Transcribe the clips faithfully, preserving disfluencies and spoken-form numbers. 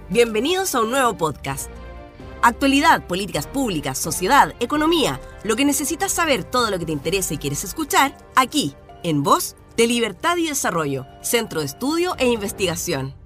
Bienvenidos a un nuevo podcast. Actualidad, políticas públicas, sociedad, economía, lo que necesitas saber, todo lo que te interesa y quieres escuchar, aquí, en Voz de Libertad y Desarrollo, Centro de Estudio e Investigación.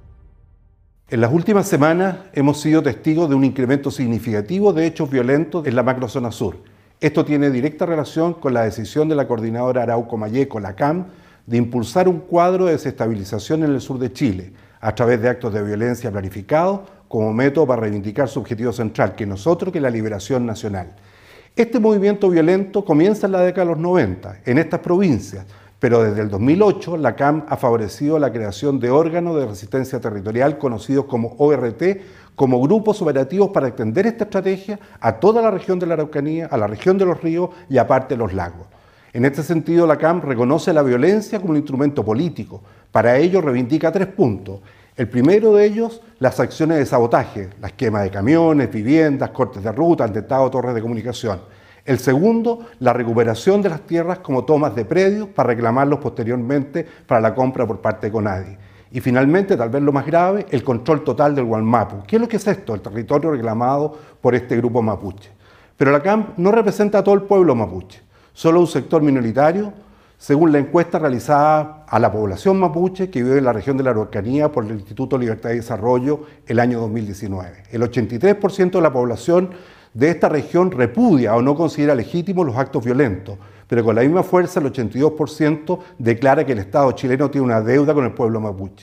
En las últimas semanas hemos sido testigos de un incremento significativo de hechos violentos en la macrozona sur. Esto tiene directa relación con la decisión de la coordinadora Arauco-Mayeco, la C A M, de impulsar un cuadro de desestabilización en el sur de Chile, a través de actos de violencia planificados como método para reivindicar su objetivo central, que no es otro que la liberación nacional. Este movimiento violento comienza en la década de los noventa, en estas provincias, pero desde el dos mil ocho la C A M ha favorecido la creación de órganos de resistencia territorial conocidos como O R T, como grupos operativos para extender esta estrategia a toda la región de la Araucanía, a la región de los ríos y aparte de los lagos. En este sentido, la C A M reconoce la violencia como un instrumento político. Para ello reivindica tres puntos. El primero de ellos, las acciones de sabotaje, las quemas de camiones, viviendas, cortes de ruta, atentados a torres de comunicación. El segundo, la recuperación de las tierras como tomas de predios para reclamarlos posteriormente para la compra por parte de CONADI. Y finalmente, tal vez lo más grave, el control total del Wallmapu. ¿Qué es lo que es esto? El territorio reclamado por este grupo mapuche. Pero la C A M no representa a todo el pueblo mapuche, solo un sector minoritario, según la encuesta realizada a la población mapuche que vive en la región de la Araucanía por el Instituto Libertad y Desarrollo el año dos mil diecinueve. El ochenta y tres por ciento de la población de esta región repudia o no considera legítimos los actos violentos, pero con la misma fuerza el ochenta y dos por ciento declara que el Estado chileno tiene una deuda con el pueblo mapuche.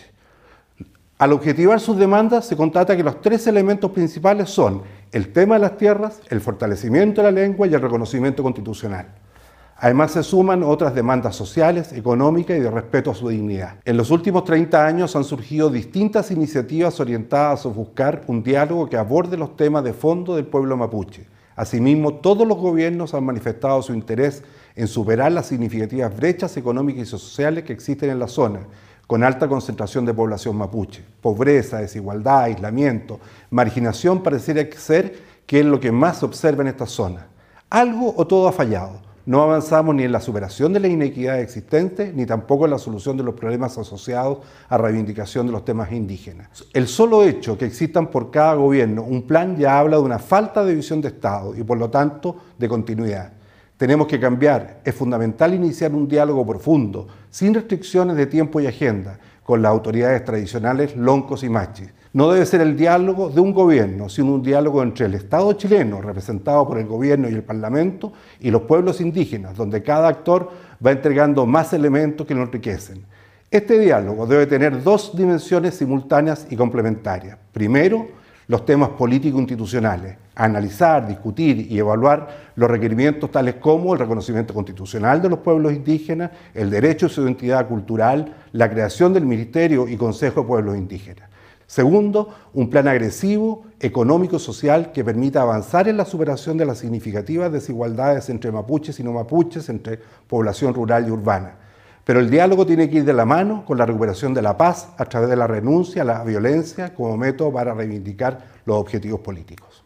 Al objetivar sus demandas se constata que los tres elementos principales son el tema de las tierras, el fortalecimiento de la lengua y el reconocimiento constitucional. Además se suman otras demandas sociales, económicas y de respeto a su dignidad. En los últimos treinta años han surgido distintas iniciativas orientadas a buscar un diálogo que aborde los temas de fondo del pueblo mapuche. Asimismo, todos los gobiernos han manifestado su interés en superar las significativas brechas económicas y sociales que existen en la zona, con alta concentración de población mapuche. Pobreza, desigualdad, aislamiento, marginación pareciera ser que es lo que más se observa en esta zona. Algo o todo ha fallado. No avanzamos ni en la superación de la inequidad existente, ni tampoco en la solución de los problemas asociados a reivindicación de los temas indígenas. El solo hecho que existan por cada gobierno un plan ya habla de una falta de visión de Estado y por lo tanto de continuidad. Tenemos que cambiar, es fundamental iniciar un diálogo profundo, sin restricciones de tiempo y agenda, con las autoridades tradicionales loncos y machis. No debe ser el diálogo de un gobierno, sino un diálogo entre el Estado chileno, representado por el gobierno y el Parlamento, y los pueblos indígenas, donde cada actor va entregando más elementos que lo enriquecen. Este diálogo debe tener dos dimensiones simultáneas y complementarias. Primero, los temas político-institucionales, analizar, discutir y evaluar los requerimientos tales como el reconocimiento constitucional de los pueblos indígenas, el derecho a su identidad cultural, la creación del Ministerio y Consejo de Pueblos Indígenas. Segundo, un plan agresivo, económico y social que permita avanzar en la superación de las significativas desigualdades entre mapuches y no mapuches, entre población rural y urbana. Pero el diálogo tiene que ir de la mano con la recuperación de la paz a través de la renuncia a la violencia como método para reivindicar los objetivos políticos.